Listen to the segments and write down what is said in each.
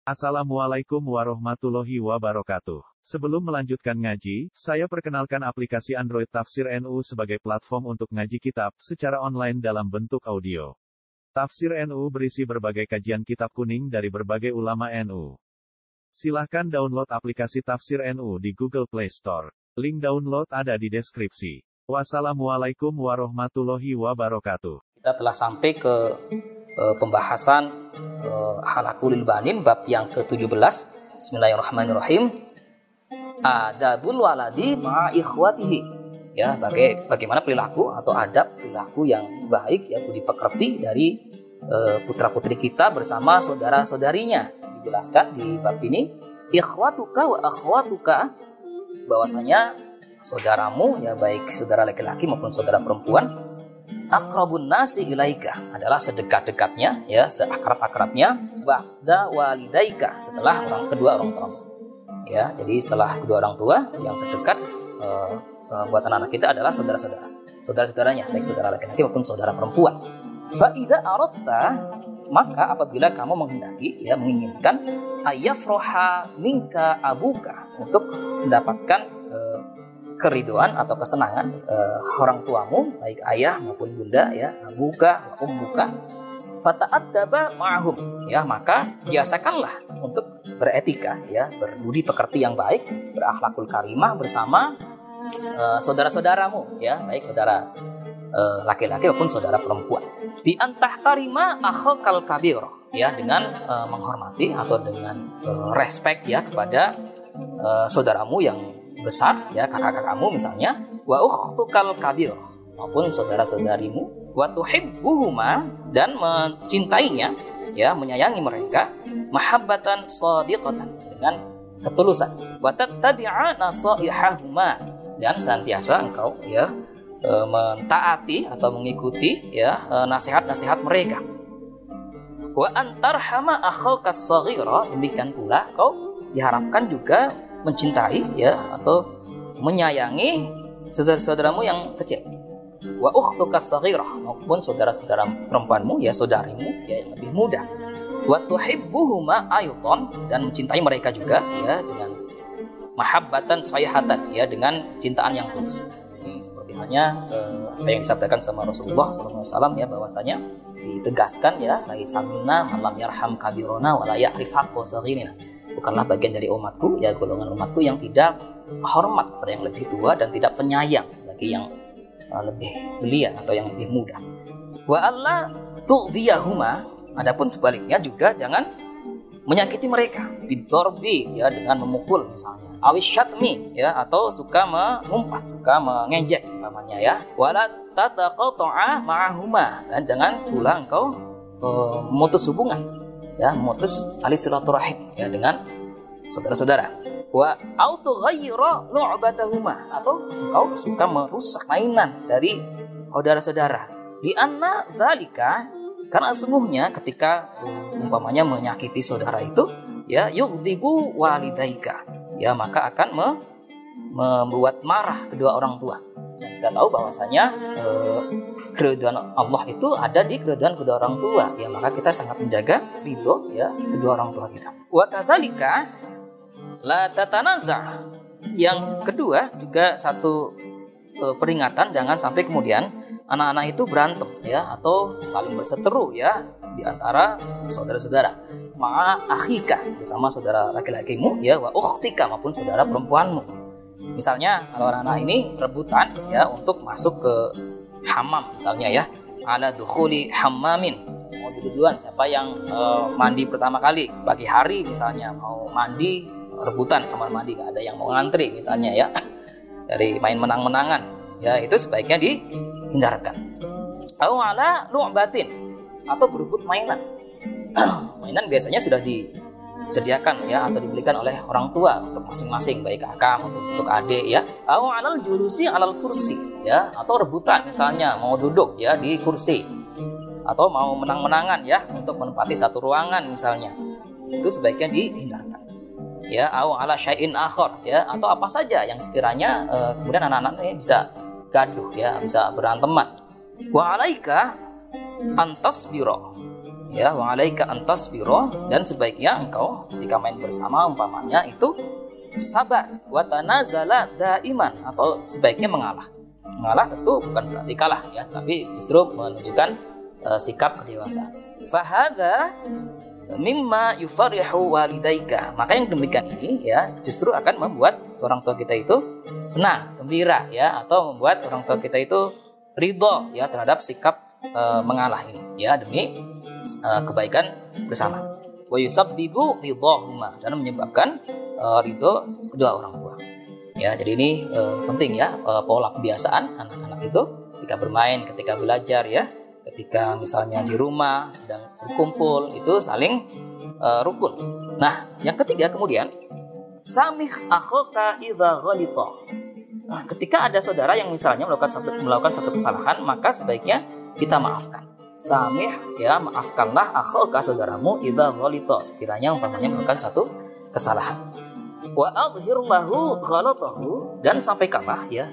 Assalamualaikum warahmatullahi wabarakatuh. Sebelum melanjutkan ngaji, saya perkenalkan aplikasi Android Tafsir NU sebagai platform untuk ngaji kitab secara online dalam bentuk audio. Tafsir NU berisi berbagai kajian kitab kuning dari berbagai ulama NU. Silahkan download aplikasi Tafsir NU di Google Play Store. Link download ada di deskripsi. Wassalamualaikum warahmatullahi wabarakatuh. Kita telah sampai ke pembahasan Halaqul Banin bab yang ke-17. Bismillahirrahmanirrahim. Adabul waladi ma'a ikhwatihi. Ya, bagaimana perilaku atau adab perilaku yang baik, ya, budi pekerti dari putra-putri kita bersama saudara-saudarinya. Dijelaskan di bab ini, ikhwatuka wa akhwatuka, bahwasanya saudaramu, ya, baik saudara laki-laki maupun saudara perempuan, aqrabun nasi ilaika, adalah sedekat-dekatnya, ya, seakrab-akrabnya, ba'da walidaika, setelah kedua orang tua. Ya, jadi setelah kedua orang tua yang terdekat buat anak-anak kita adalah saudara-saudaranya, baik saudara laki-laki maupun saudara perempuan. Fa idza aradta, maka apabila kamu menghendaki, ya, menginginkan, ayyafroha minka abuka, untuk mendapatkan keriduan atau kesenangan orang tuamu, baik ayah maupun bunda, ya, abuka, ummuka, fata'addaba ma'ahum, ya, maka biasakanlah untuk beretika, ya, berbudi pekerti yang baik, berakhlakul karimah bersama saudara-saudaramu, ya, baik saudara laki-laki maupun saudara perempuan. Bi antahtarima akhakal kabir, ya, dengan menghormati atau dengan respect, ya, kepada saudaramu yang besar, ya, kakak-kakakmu misalnya, wa ukhtukal kabir, maupun saudara-saudarimu, wa tuhibbuhuma, dan mencintainya, ya, menyayangi mereka, mahabbatan shadiqatan, dengan ketulusan, wa tattabi'a nasaihahuma, dan senantiasa engkau, ya, mentaati atau mengikuti, ya, nasihat-nasihat mereka. Wa antarhama akhaka shaghira, demikian pula kau diharapkan juga mencintai, ya, atau menyayangi saudara-saudaramu yang kecil. Wa ukhtuka shaghirah, maupun saudara-saudara perempuanmu, ya, saudarimu, ya, yang lebih muda. Wa tuhibbuhuma aydan, dan mencintai mereka juga, ya, dengan mahabbatan sayhatan, ya, dengan cintaan yang tulus. Ini seperti halnya apa yang disampaikan sama Rasulullah SAW, ya, bahwasanya ditegaskan, ya, la yasamina man lam yarham kabirona wa la ya'rif haqqa saghirina. Bukanlah bagian dari umatku, ya, golongan umatku yang tidak hormat pada yang lebih tua dan tidak penyayang bagi yang lebih belia atau yang lebih muda. Wa alla tu'diyahuma, adapun sebaliknya juga jangan menyakiti mereka, bidorbi, ya, dengan memukul misalnya, awisyatmi, ya, atau suka mengumpat, suka mengejek namanya, ya. Wala tataqata'a ma'ahuma, dan jangan pula engkau memutus hubungan, ya, memutus tali silaturahim, ya, dengan saudara-saudara. Wa autughayyira lu'batahuma, atau engkau suka merusak mainan dari saudara-saudara. Di anna dzalika, karena sesungguhnya ketika umpamanya menyakiti saudara itu, ya, yughdibu walidaika, ya, maka akan membuat marah kedua orang tua. Dan kita tahu bahwasanya keriduan Allah itu ada di keriduan kedua orang tua, ya, maka kita sangat menjaga ridho, ya, kedua orang tua kita. Wa kadzalika la tatanaza, yang kedua juga satu peringatan, jangan sampai kemudian anak-anak itu berantem, ya, atau saling berseteru, ya, di antara saudara-saudara, ma'a akhika, bersama saudara laki-lakimu, ya, wa ukhtika, maupun saudara perempuanmu. Misalnya kalau anak-anak ini rebutan, ya, untuk masuk ke hammam misalnya, ya, ala dukhuli hammamin, mau duluan siapa yang mandi pertama kali pagi hari misalnya, mau mandi, rebutan kamar mandi, gak ada yang mau ngantri misalnya, ya, dari main menang-menangan, ya, itu sebaiknya dihindarkan. Au ala lu'batin, atau berebut mainan. Mainan biasanya sudah disediakan, ya, atau dibelikan oleh orang tua untuk masing-masing, baik kakak maupun untuk adik, ya. Au alal julusi alal kursi, ya, atau rebutan misalnya mau duduk, ya, di kursi, atau mau menang-menangan, ya, untuk menempati satu ruangan misalnya, itu sebaiknya dihindarkan, ya. Au ala syai'in akhar, ya, atau apa saja yang sekiranya kemudian anak-anak ini bisa gaduh, ya, bisa beranteman. Wa alaika antasbiro, ya, wa 'alaika an tasbira, dan sebaiknya engkau ketika main bersama umpamanya itu sabar, wa tanazala daiman, atau sebaiknya mengalah. Mengalah tentu bukan berarti kalah ya, tapi justru menunjukkan sikap kedewasaan. Fahadha mimma yufarihu walidaika, maka yang demikian ini ya justru akan membuat orang tua kita itu senang, gembira ya, atau membuat orang tua kita itu ridho ya terhadap sikap mengalah ini ya demi kebaikan bersama. Wa yusabbibu ridhahuma, dan menyebabkan ridho kedua orang tua. Ya, jadi ini penting ya, pola kebiasaan anak-anak itu ketika bermain, ketika belajar ya, ketika misalnya di rumah sedang berkumpul itu saling rukun. Nah, yang ketiga kemudian samih akhaka idza ghalita. Nah, ketika ada saudara yang misalnya melakukan satu kesalahan, maka sebaiknya kita maafkan. Samih ya, maafkanlah akhaka saudaramu idza ghalita, sekiranya umpamanya melakukan satu kesalahan. Wa adhhir lahu ghalatahu, dan sampaikanlah ya,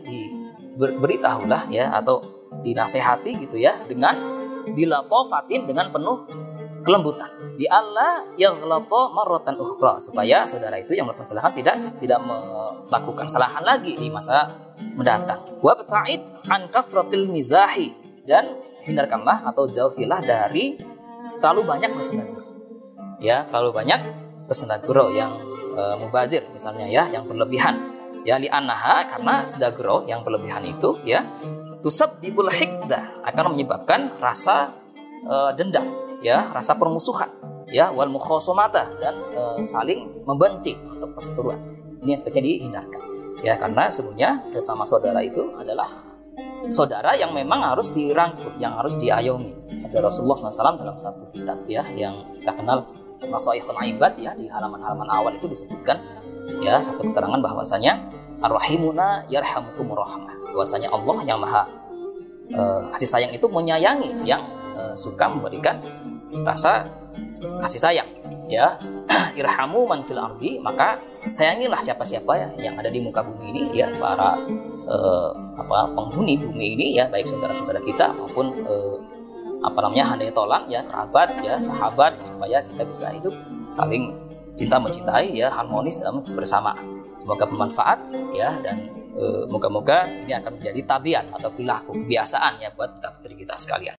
beritahulah ya atau dinasehati gitu ya dengan bila tofatin, dengan penuh kelembutan, di Allah yang ghalata marratan ukhra, supaya saudara itu yang melakukan kesalahan tidak melakukan kesalahan lagi di masa mendatang. Wa bta'id an kafratil mizahi, dan hindarkanlah atau jauhilah dari terlalu banyak bersenda gurau ya, terlalu banyak bersenda gurau yang mubazir misalnya ya, yang berlebihan ya, li'annaha, karena senda gurau yang berlebihan itu ya tusabbibul hikdah, akan menyebabkan rasa dendam ya, rasa permusuhan ya, wal mukhasomata, dan saling membenci atau perseteruan. Ini yang sebaiknya dihindarkan ya, karena sebenarnya sesama saudara itu adalah saudara yang memang harus dirangkul, yang harus diayomi. Ada Rasulullah SAW dalam satu kitab ya yang kita kenal Nasaihul Ibad ya, di halaman-halaman awal itu disebutkan ya satu keterangan bahwasanya ar-rahimuna yarhamukumur rahmah, bahwasanya Allah yang maha kasih sayang itu menyayangi yang suka memberikan rasa kasih sayang ya. Irhamu man fil ardi, maka sayangilah siapa-siapa ya yang ada di muka bumi ini ya, para penghuni bumi ini ya, baik saudara-saudara kita maupun handai tolan ya, kerabat ya, sahabat, supaya kita bisa hidup saling cinta mencintai ya, harmonis dalam kebersamaan. Semoga bermanfaat ya, dan moga-moga ini akan menjadi tabiat atau perilaku kebiasaan ya buat kita sekalian.